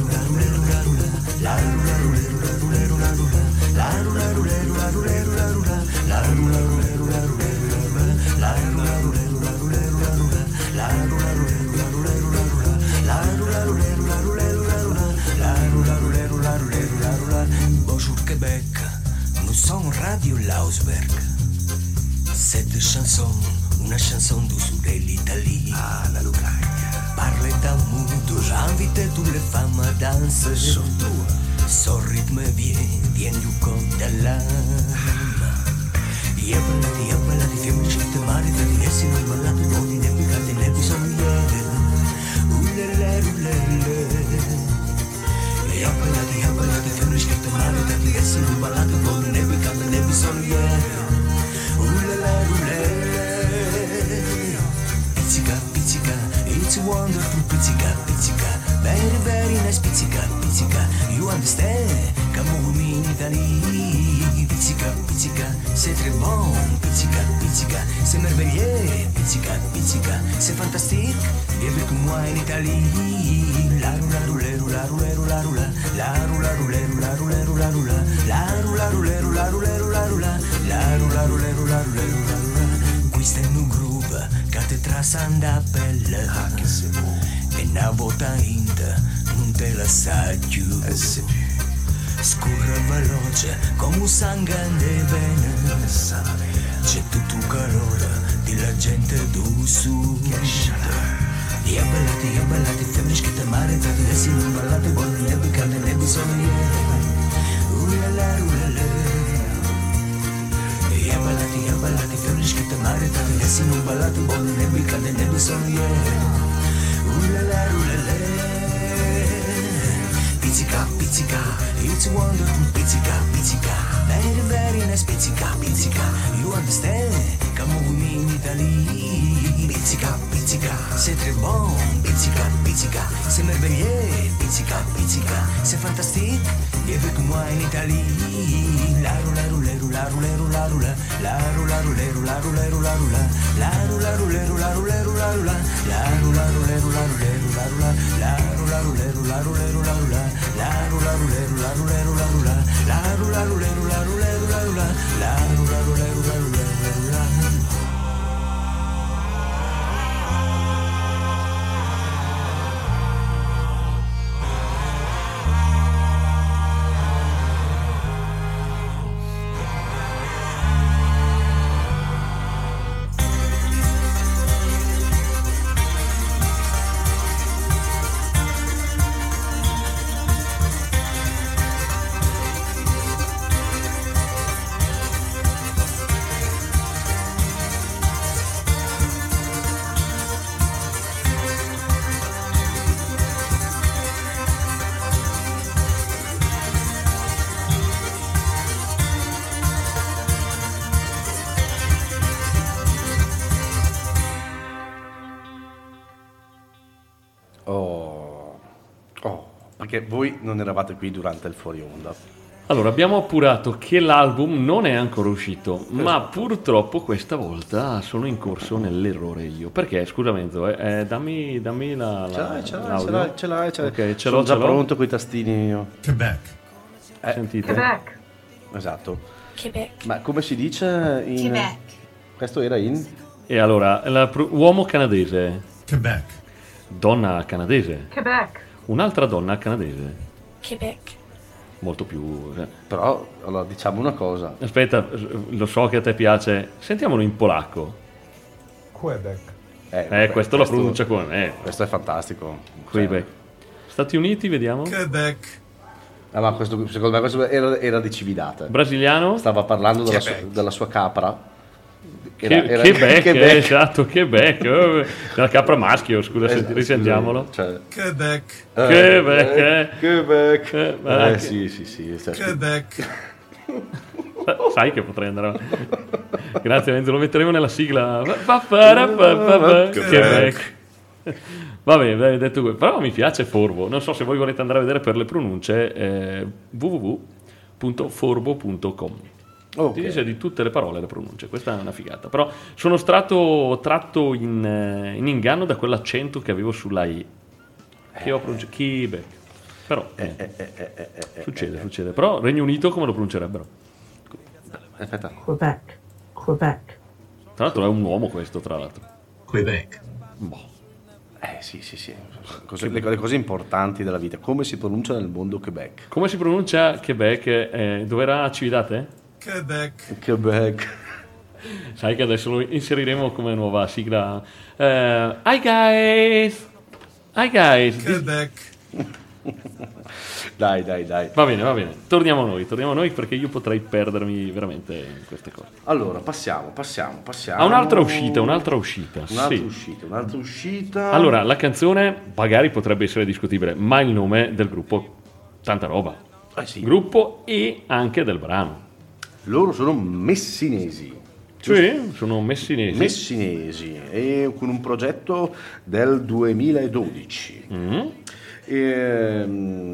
Bonjour Québec, nous sommes Radio Lausberg. Cette chanson, una chanson douce de l'Italie. Ah, la Lucania. Parle d'amour, j'invite toutes les femmes à danser. Surtout, son rythme vient, vient du corps de l'âme. Diavola, diavola, di fiume, sciute, mari, di essi, non ballati, buoni, ne picati, ne bisogniere. Ulele, ulele. E appellati, appellati, femmine scritte maledati, essere un ballate, buoni nebi, cade nebi, sono ieri. Ulele, ulele. Pizzica, pizzica, it's a wonderful pizzica, pizzica. Very, very nice pizzica, pizzica. You understand? Come with me in Italy. Pizzica, pizzica, c'est très bon. Pizzica, pizzica, c'est merveilleux. Pizzica, pizzica, c'est fantastique. Viens avec moi in Italy. La rula ruleru, la ruleru, la rula. La rula ruleru, la ruleru, la rula. La rula ruleru, la ruleru, la rula. La rula ruleru, la ruleru, la rula. Qui sta in un groove, che te trasanda a pelle. Ah, che se e una volta inda non te la sa più. Scorre veloce come un sangue nelle vene. C'è tutto il calore della gente du sud. E abbellati, abbellati, femmine scritte marezzate, essi non ballate, buone nebi, calde nebi, sono ieri. Ulala, ulala. E abbellati, abbellati, femmine scritte marezzate, essi non ballate, buone nebi, calde nebi, sono ieri. Ulala, ulala. Pizzica, pizzica, it's a wonderful pizzica, pizzica. Very, very nice pizzica, pizzica. You understand? Come with me in Italy. Pizzica, pizzica, c'est très bon. Pizzica, pizzica, c'est merveilleux. Pizzica, pizzica, c'est fantastique. Viens avec moi in Italy. La rula, ruleru, la ruleru, la rula. La rula, ruleru, la ruleru, la rula. La rula, ruleru, la ruleru, la rula. La rula, ruleru, la ruleru, la rula. La rula, ruleru, la ruleru, la rula. La rula, ruleru, la ruleru, la rula. La rula, ruleru, la ruleru, la rula. La rula, ruleru, la ruleru, la rula. Perché voi non eravate qui durante il fuori onda. Allora, abbiamo appurato che l'album non è ancora uscito, esatto. Ma purtroppo questa volta sono incorso nell'errore io. Perché, scusa Menzo, eh, eh, dammi, dammi la, la, ce l'hai, ce l'hai, l'audio. ce l'hai, ce l'hai, ce l'hai. Okay, ce Sono l'ho, già ce l'ho. pronto con i tastini io. Quebec. Eh, Sentite? Quebec. Esatto. Quebec. Ma come si dice in... Quebec. Questo era in... E allora, la pro- uomo canadese. Quebec. Donna canadese. Quebec. Un'altra donna canadese. Quebec. Molto più... eh. Però, allora, diciamo una cosa. Aspetta, lo so che a te piace. Sentiamolo in polacco. Quebec. Eh, Eh, questo lo pronuncia come me. Questo è fantastico. Quebec. Stati Uniti, vediamo. Quebec. Ah, ma questo, secondo me questo era, era di cividate. Brasiliano. Stava parlando della sua, Quebec. della sua capra. Che, Quebec, eh, esatto, Quebec. Oh, la capra maschio, scusa, Eh, senti, risentiamolo. Cioè, Quebec. eh, Quebec, eh, eh. Quebec. Eh, Eh, ma anche- sì, sì, sì. sta- Quebec. Sai che potrei andare avanti. Grazie Enzo, lo metteremo nella sigla. Pa- pa- pa- pa- pa- Quebec. Va bene, dai, detto questo. Però mi piace Forbo. Non so se voi volete andare a vedere per le pronunce, eh, w w w punto forbo punto com. Ok. Ti dice di tutte le parole le pronunce, questa è una figata. Però sono stato tratto in, eh, in inganno da quell'accento che avevo sulla I, che ho pronunciato Quebec. Però eh, Eh, eh, eh, eh, eh, succede, eh, succede. Però Regno Unito come lo pronuncerebbero? Aspetta. Quebec. Quebec. Tra l'altro è un uomo questo, tra l'altro. Quebec. Boh. Eh sì, sì, sì. Cose- le, le cose importanti della vita. Come si pronuncia nel mondo Quebec? Come si pronuncia Quebec? Eh, dove era Cividate? Quebec. Quebec. Sai che adesso lo inseriremo come nuova sigla. Eh, hi guys! Hi guys! This- Quebec. Dai, dai, dai. Va bene, va bene. Torniamo a noi, torniamo a noi perché io potrei perdermi veramente in queste cose. Allora, passiamo, passiamo, passiamo. A un'altra uscita, un'altra uscita. Un'altra sì. uscita, un'altra uscita. Allora, la canzone magari potrebbe essere discutibile, ma il nome del gruppo, tanta roba. Eh sì. Gruppo e anche del brano. Loro sono messinesi. Sì, sono messinesi. Messinesi, e con un progetto del duemiladodici. Mm. Ehm,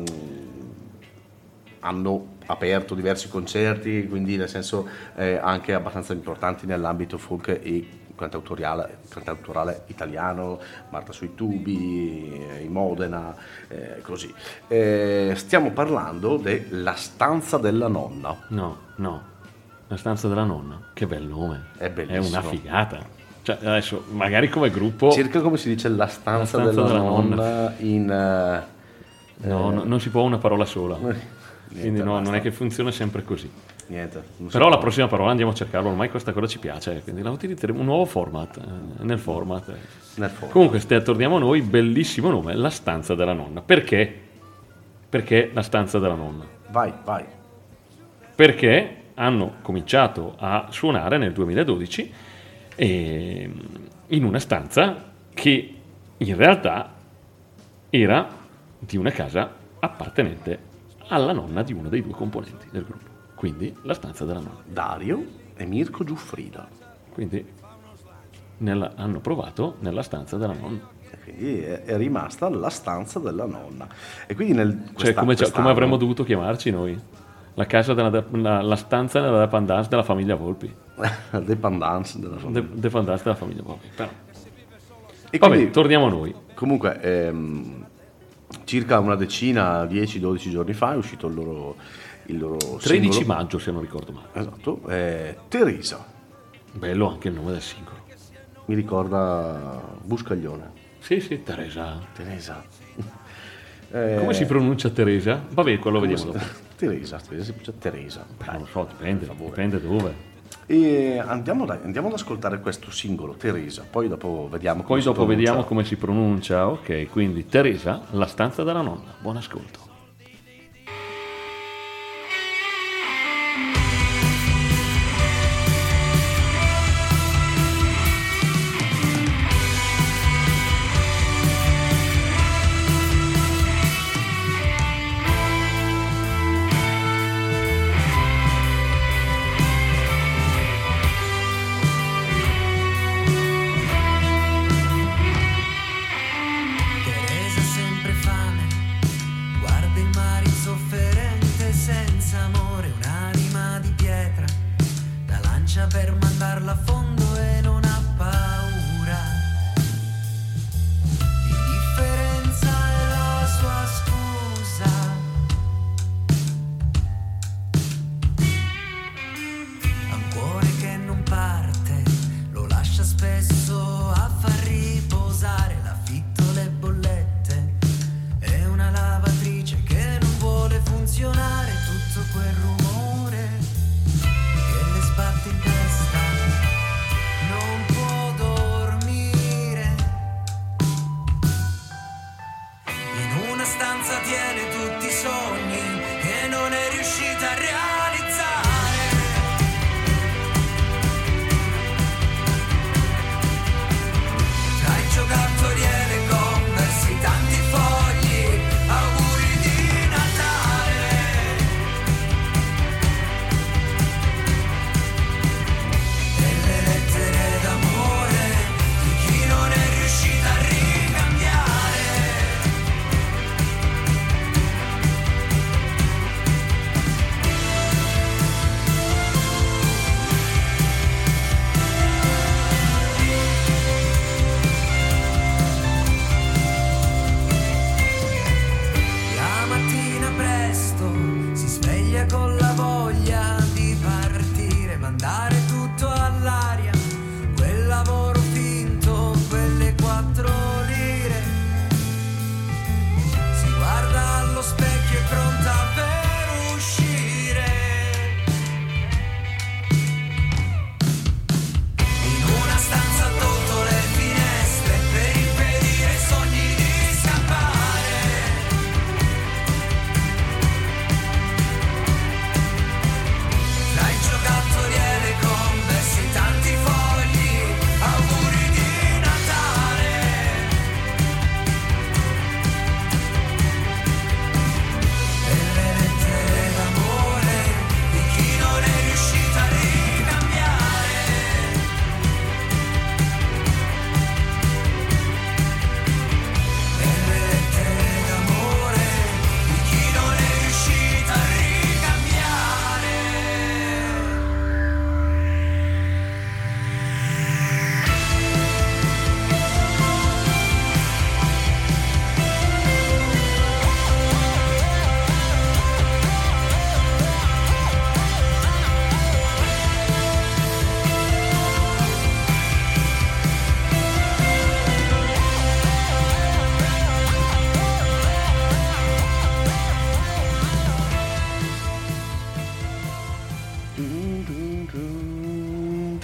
hanno aperto diversi concerti, quindi nel senso eh, anche abbastanza importanti nell'ambito folk e cantautoriale, cantautorale italiano, Marta sui tubi, eh, in Modena, eh, così. Eh, stiamo parlando della stanza della nonna. No, no, la stanza della nonna, che bel nome. È bellissimo. È una figata. Cioè, adesso, magari come gruppo... Circa come si dice la stanza, La stanza della, della nonna, nonna. in... eh, No, no, non si può una parola sola. Niente, Quindi no, basta. non è che funziona sempre così. Niente. non si Però la può. prossima parola andiamo a cercarlo, ormai questa cosa ci piace, quindi la utilizzeremo, un nuovo format, eh, nel format. Nel fondo. Comunque, ste- torniamo a noi, bellissimo nome, La stanza della nonna. Perché? Perché La stanza della nonna? Vai, vai. Perché hanno cominciato a suonare nel duemiladodici e, in una stanza che in realtà era di una casa appartenente alla nonna di uno dei due componenti del gruppo, quindi la stanza della nonna. Dario e Mirko Giuffrida. Quindi nella- hanno provato nella stanza della nonna. E quindi è, è rimasta la stanza della nonna. E quindi nel Cioè, questa- come, quest'anno- come avremmo dovuto chiamarci noi? La casa della, la, la stanza della dependance della famiglia Volpi. Dependance della famiglia. De, dependance della famiglia Volpi. Però. E Vabbè, quindi, torniamo a noi. comunque, ehm, circa una decina, dieci dodici giorni fa è uscito il loro, il loro tredici singolo. maggio, se non ricordo male. Esatto, è Teresa. Bello anche il nome del singolo. Mi ricorda Buscaglione. Sì, sì, Teresa. Teresa. Come si pronuncia Teresa? Vabbè, quello vediamo dopo. Teresa, Teresa, si pronuncia Teresa. Beh, non lo so, dipende, favore. dipende dove. E andiamo, dai, andiamo ad ascoltare questo singolo, Teresa, poi dopo vediamo come Poi si dopo pronuncia. vediamo come si pronuncia. Ok, quindi Teresa, La stanza della nonna. Buon ascolto. Teresa sempre fame, guarda il mare insofferente senza amore, un'anima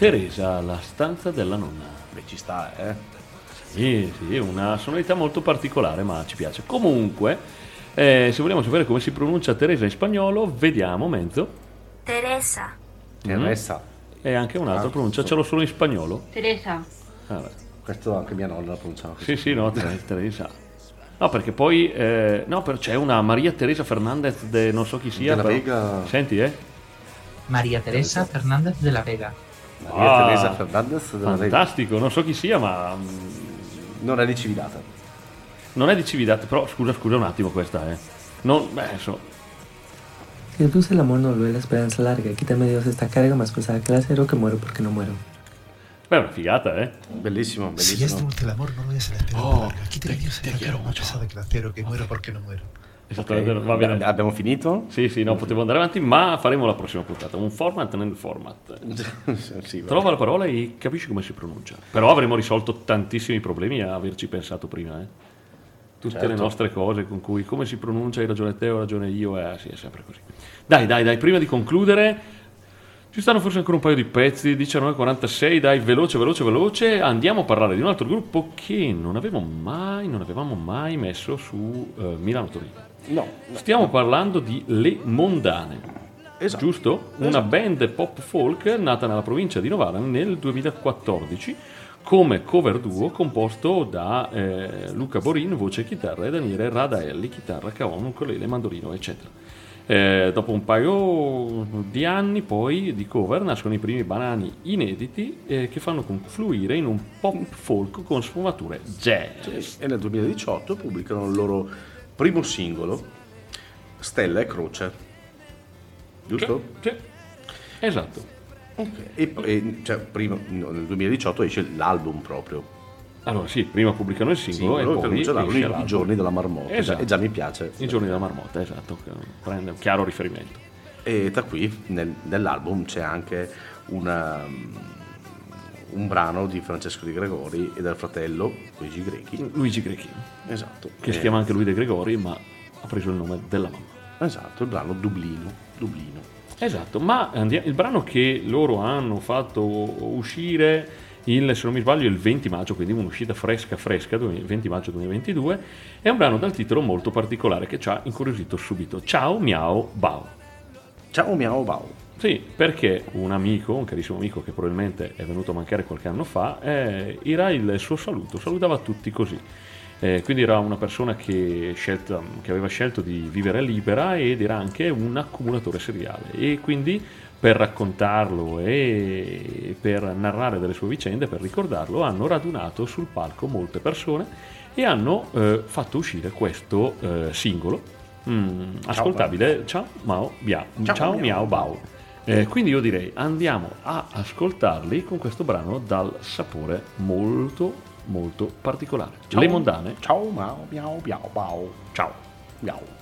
Teresa, la stanza della nonna. Beh, ci sta, eh. Sì, sì, una sonorità molto particolare, ma ci piace. Comunque, eh, se vogliamo sapere come si pronuncia Teresa in spagnolo, vediamo mezzo. Teresa. Teresa. E anche un'altra Ah, pronunciacelo solo in spagnolo. Teresa. Ah, beh. Questo anche mia nonna la pronunciava così. Sì, sì, no, Ter- Teresa. No, perché poi, eh, no, però c'è una Maria Teresa Fernandez de non so chi sia. Della però- Vega. Senti, eh. Maria Teresa Fernández de la Vega. Maria Ah, Teresa Fernandez della Vega. Fantastico, non so chi sia, ma mm, Non è di Cividata. non è di Cividad, però scusa, scusa un attimo questa, eh. Non, beh, so, Que dulce el amor no vuelve la esperanza larga. Quítame Dios esta carga más pesada que el acero, que muero porque no muero. beh, è una figata, eh. Bellissimo, Si es bellissimo. dulce el amor, no lo es la esperanza Oh, larga. Quítame te- Dios te esta quiero carga más mucho. pesada que el acero, que muero porque no muero. Esattamente, Ok, va bene. Abbiamo finito? Sì, sì, no, potevo andare avanti, ma faremo la prossima puntata. Un format nel format. Sì, va. Trova la parola e capisci come si pronuncia. Però avremo risolto tantissimi problemi a averci pensato prima, eh. Tutte Certo. le nostre cose con cui come si pronuncia, hai ragione te, ho ragione io, eh, sì, è sempre così. Dai, dai, dai, prima di concludere, ci stanno forse ancora un paio di pezzi, diciannove e quarantasei, dai, veloce, veloce, veloce, andiamo a parlare di un altro gruppo che non avevamo mai, non avevamo mai messo su eh, Milano-Torino. No, no. Stiamo parlando di Le Mondane. Esatto. Giusto? Una Esatto. band pop folk nata nella provincia di Novara nel duemilaquattordici come cover duo composto da eh, Luca Borin, voce e chitarra, e Daniele Radaelli, chitarra, cajon, ukulele, mandolino, eccetera. Eh, dopo un paio di anni poi di cover nascono i primi brani inediti eh, che fanno confluire in un pop folk con sfumature jazz. E nel duemiladiciotto pubblicano il loro primo singolo, Stella e Croce. Giusto? Sì, sì. Esatto. Ok. E, e cioè, prima, no, nel duemiladiciotto esce l'album proprio. Allora sì, prima pubblicano il singolo, Singolo, e che poi annuncia l'album, esce i, l'album. i giorni della marmotta. Esatto. E già mi piace. I giorni della marmotta, esatto, che prende un chiaro riferimento. E da qui nel- nell'album c'è anche una, un brano di Francesco Di Gregori e del fratello Luigi Grechi. Luigi Grechi, Esatto. che si Eh, chiama anche lui De Gregori, ma ha preso il nome della mamma. Esatto, il brano Dublino. Dublino. Esatto, ma andi- il brano che loro hanno fatto uscire il, se non mi sbaglio, il venti maggio, quindi un'uscita fresca fresca, venti maggio duemilaventidue, è un brano dal titolo molto particolare che ci ha incuriosito subito. Ciao Miao Bao. Ciao miao bau. Sì, perché un amico, un carissimo amico che probabilmente è venuto a mancare qualche anno fa, eh, era il suo saluto, salutava tutti così. Eh, quindi era una persona che, scelta, che aveva scelto di vivere libera ed era anche un accumulatore seriale, e quindi per raccontarlo e per narrare delle sue vicende, per ricordarlo, hanno radunato sul palco molte persone e hanno eh, fatto uscire questo eh, singolo mm, ascoltabile. Ciao Mao Bia, Ciao, ciao, Miao Miao Bao. Eh, quindi io direi andiamo a ascoltarli con questo brano dal sapore molto molto particolare. Ciao. Le Mondane. Ciao miao miao miao bau. Ciao. Miao.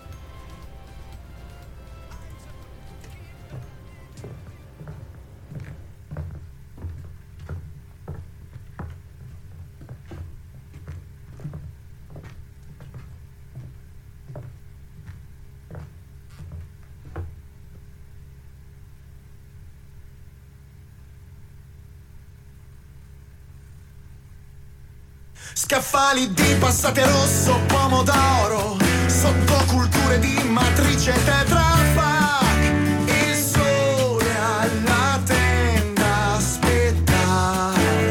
Scaffali di passate rosso, pomodoro, sottoculture di matrice Tetra Pak. Il sole alla tenda aspetta.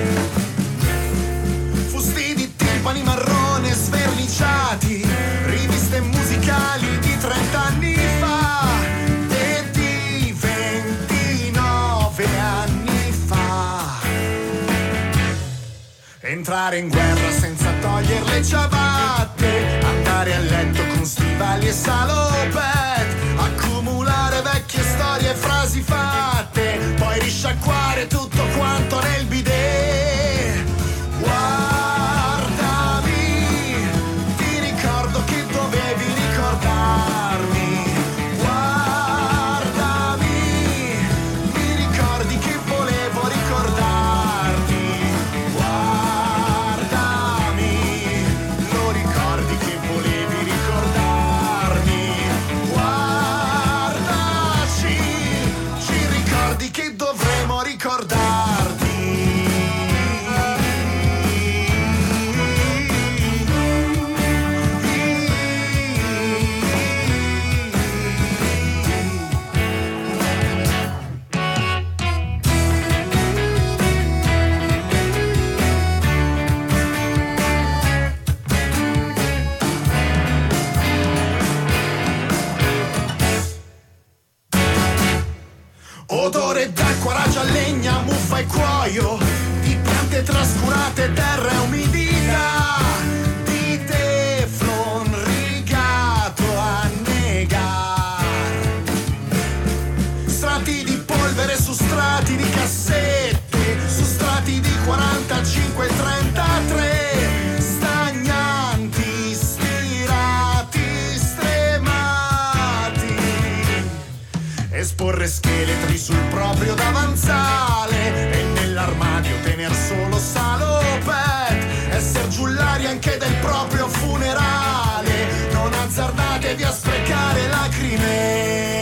Fusti di timpani marrone sverniciati, riviste musicali di trent'anni fa e di ventinove anni fa. Entrare in guerra senza togliere le ciabatte, andare a letto con stivali e salopette, accumulare vecchie storie e frasi fatte, poi risciacquare tutto quanto nel bidet. Guardami, ti ricordo che dovevi ricordarmi. Guardami, mi ricordi che volevo ricordarti. Guardami, lo ricordi che volevi ricordarmi. Guardaci, ci ricordi che dovremo ricordare. e cuoio, di piante trascurate, terra e umidità, di teflon rigato a negar, strati di polvere su strati di cassette, su strati di quarantacinque e trentatré, stagnanti, stirati, stremati, esporre scheletri sul proprio davanzale e nell'armadio tener solo salopet, esser giullari anche del proprio funerale, non azzardatevi a sprecare lacrime.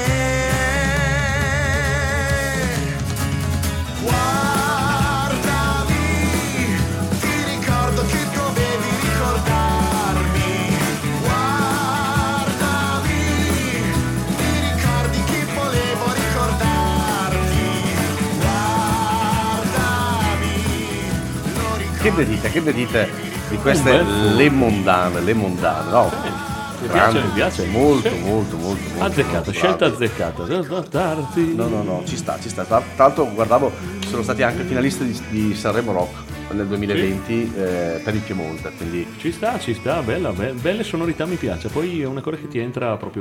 Che ne dite, che ne dite di queste Le Mondane, Le Mondane, no? Mi piace, mi piace. Molto, Sì. molto, molto, molto. Azzeccata, molto scelta bravi. azzeccata. No, no, no, ci sta, ci sta. Tra tra l'altro, guardavo, sono stati anche finalisti di, di Sanremo Rock nel duemilaventi sì. eh, per il Piemonte, quindi... Ci sta, ci sta, bella, be- belle sonorità, mi piace. Poi è una cosa che ti entra proprio...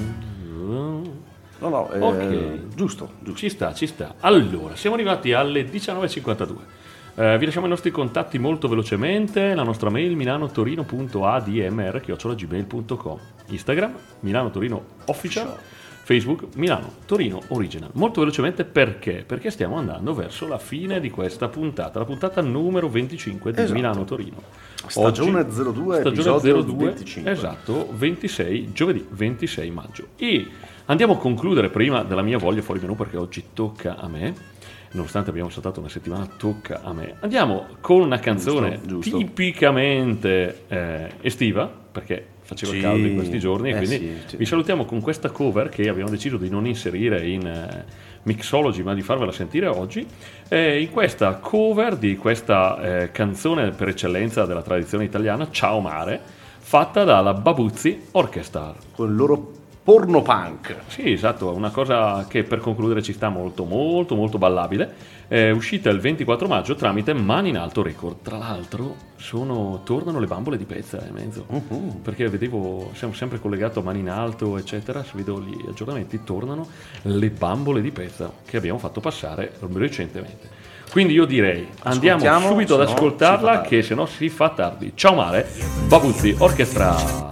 No, no, eh, ok, giusto, giusto. Ci sta, ci sta. Allora, siamo arrivati alle diciannove e cinquantadue. Eh, vi lasciamo i nostri contatti molto velocemente. La nostra mail milano-torino punto a d m r chiocciola gmail punto com, Instagram Milano Torino Official, Facebook Milano Torino Original. Molto velocemente perché? Perché stiamo andando verso la fine di questa puntata, la puntata numero venticinque di esatto. Milano Torino. Stagione Oggi, zero due, stagione episodio zero due, venticinque. esatto, ventisei, giovedì ventisei maggio. E andiamo a concludere prima della mia voglia fuori menù, perché oggi tocca a me. Nonostante abbiamo saltato una settimana, tocca a me. Andiamo con una canzone giusto, giusto. tipicamente eh, estiva, perché faceva Sì, caldo in questi giorni, e eh quindi sì, sì. vi salutiamo con questa cover che abbiamo deciso di non inserire in eh, Mixology, ma di farvela sentire oggi. Eh, in questa cover di questa eh, canzone per eccellenza della tradizione italiana, Ciao Mare, fatta dalla Babuzzi Orchestra. Con il loro porno punk. Sì, esatto, una cosa che per concludere ci sta molto, molto, molto ballabile. È uscita il ventiquattro maggio tramite Mani in Alto Record. Tra l'altro, sono, tornano le bambole di pezza in mezzo. Uh-huh. Perché vedevo, siamo sempre collegato a Mani in Alto, eccetera. Se vedo gli aggiornamenti, tornano le bambole di pezza che abbiamo fatto passare recentemente. Quindi io direi, andiamo subito ad ascoltarla, che se no si fa tardi. Ciao Mare, Babuzzi Orchestra.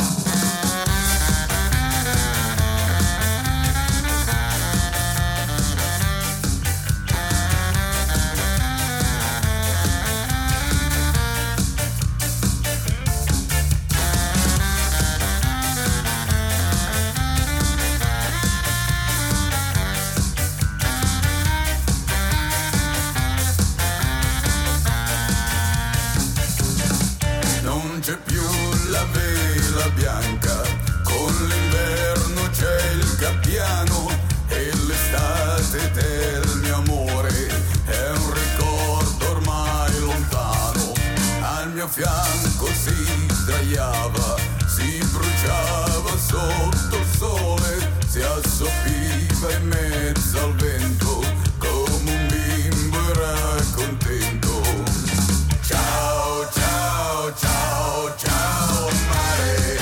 Fianco si sdraiava, si bruciava sotto il sole, si assoppiva in mezzo al vento, come un bimbo era contento. Ciao, ciao, ciao, ciao mare,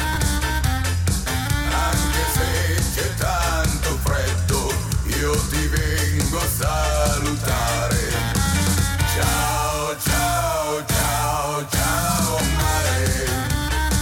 anche se c'è tanto freddo, io ti vengo a salutare. Ciao, ciao, ciao, ciao mare,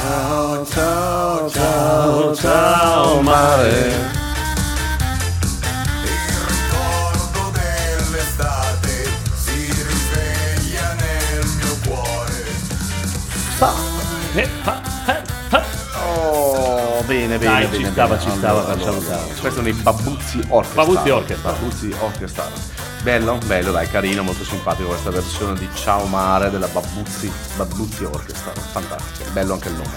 Ciao, ciao, ciao, ciao, mare. Oh, bene, bene, Dai, bene, ci stava, bene. ci stava Allora, per allora, salutare. Questi sono i Babuzzi Orchestra. Babuzzi Orchestra. Babuzzi Orchestra. Bello, bello, dai, carino, molto simpatico questa versione di Ciao Mare della Babuzzi, Babuzzi Orchestra. Fantastico, bello anche il nome.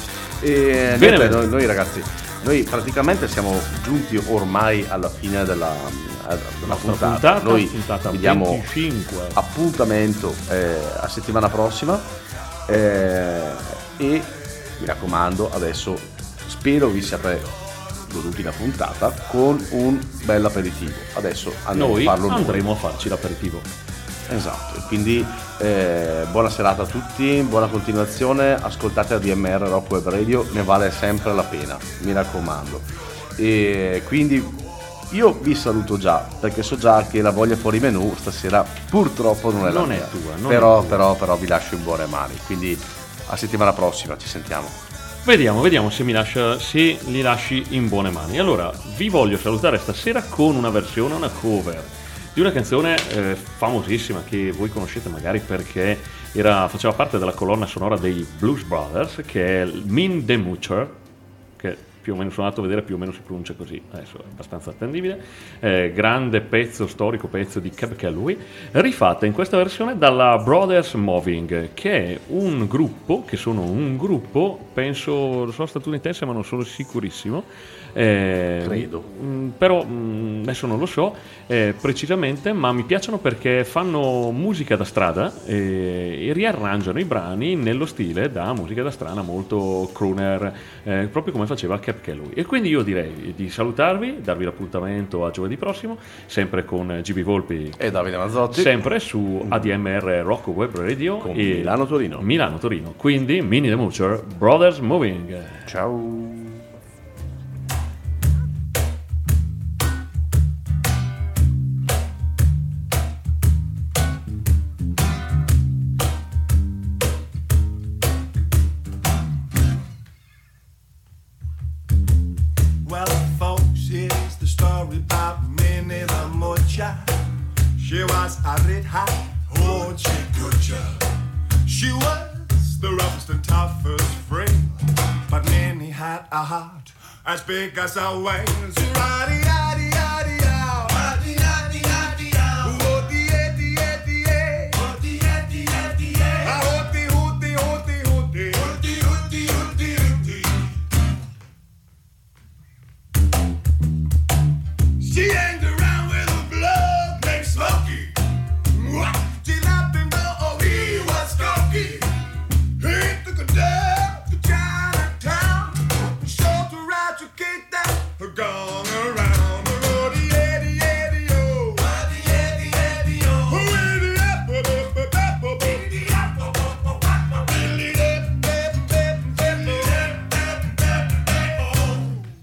E Bene, niente, bene. noi, noi ragazzi, noi praticamente siamo giunti ormai alla fine della, della nostra puntata. puntata, Noi puntata vi diamo venticinque. appuntamento eh, a settimana prossima eh, e mi raccomando, adesso spero vi siate goduti la puntata con un bel aperitivo. Adesso andiamo Noi a farlo noi. andremo a farci l'aperitivo. Esatto, e quindi eh, buona serata a tutti, buona continuazione, ascoltate A D M R Rock Web Radio, ne vale sempre la pena, mi raccomando. E quindi io vi saluto già, perché so già che la voglia fuori menù stasera purtroppo non è la Non è mia. tua, non però, è tua. però, però vi lascio in buone mani, quindi a settimana prossima, ci sentiamo. Vediamo, vediamo se mi lascia, se li lasci in buone mani. Allora, vi voglio salutare stasera con una versione, una cover di una canzone eh, famosissima che voi conoscete magari perché era, faceva parte della colonna sonora dei Blues Brothers, che è il Min the Moocher, che più o meno sono andato a vedere, più o meno si pronuncia così, adesso è abbastanza attendibile, eh, grande pezzo, storico pezzo di Cab Calloway, rifatta in questa versione dalla Brothers Moving, che è un gruppo, che sono un gruppo, penso, sono statunitense ma non sono sicurissimo, eh, Credo. mh, però mh, adesso non lo so eh, precisamente, ma mi piacciono perché fanno musica da strada eh, e riarrangiano i brani nello stile da musica da strada, molto crooner, eh, proprio come faceva Cab Calloway. E quindi io direi di salutarvi, darvi l'appuntamento a giovedì prossimo, sempre con G B Volpi E Davide Mazzotti, sempre su A D M R Rock Web Radio con e Milano Torino. Milano Torino. Quindi Minnie the Moocher, Brothers Moving. Ciao. Well, folks, here's the story about Minnie the Moocher. She was a red hot hoochie coocher. She was the roughest and toughest frame, but Minnie had a heart as big as a wing. So yaddy yaddy yaddy yow, yaddy yaddy yaddy yow, hooty yaddy yaddy yay, hooty yaddy yaddy yay, a hooty hooty hooty hooty, hooty hooty hooty hooty. She hanged around with a blood named Smokey. She let him know oh, he was cocky. He took her down to Chinatown, showed her how to kick that gong around the road. Yaddy yaddy yo, yaddy yaddy yaddy yo, yaddy up up up up up up, yaddy up up up up up, yaddy up up up up up, oh.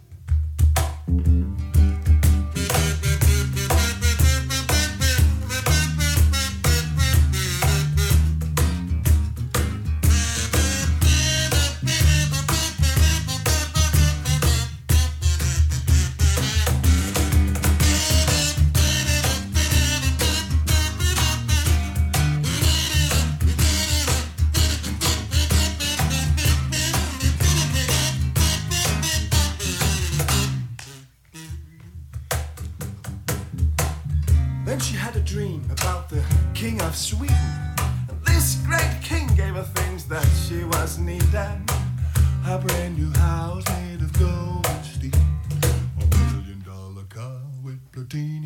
Then she had a dream about the king of Sweden. This great king gave her things that she was needing. A brand new house made of gold and steel, a million dollar car with platinum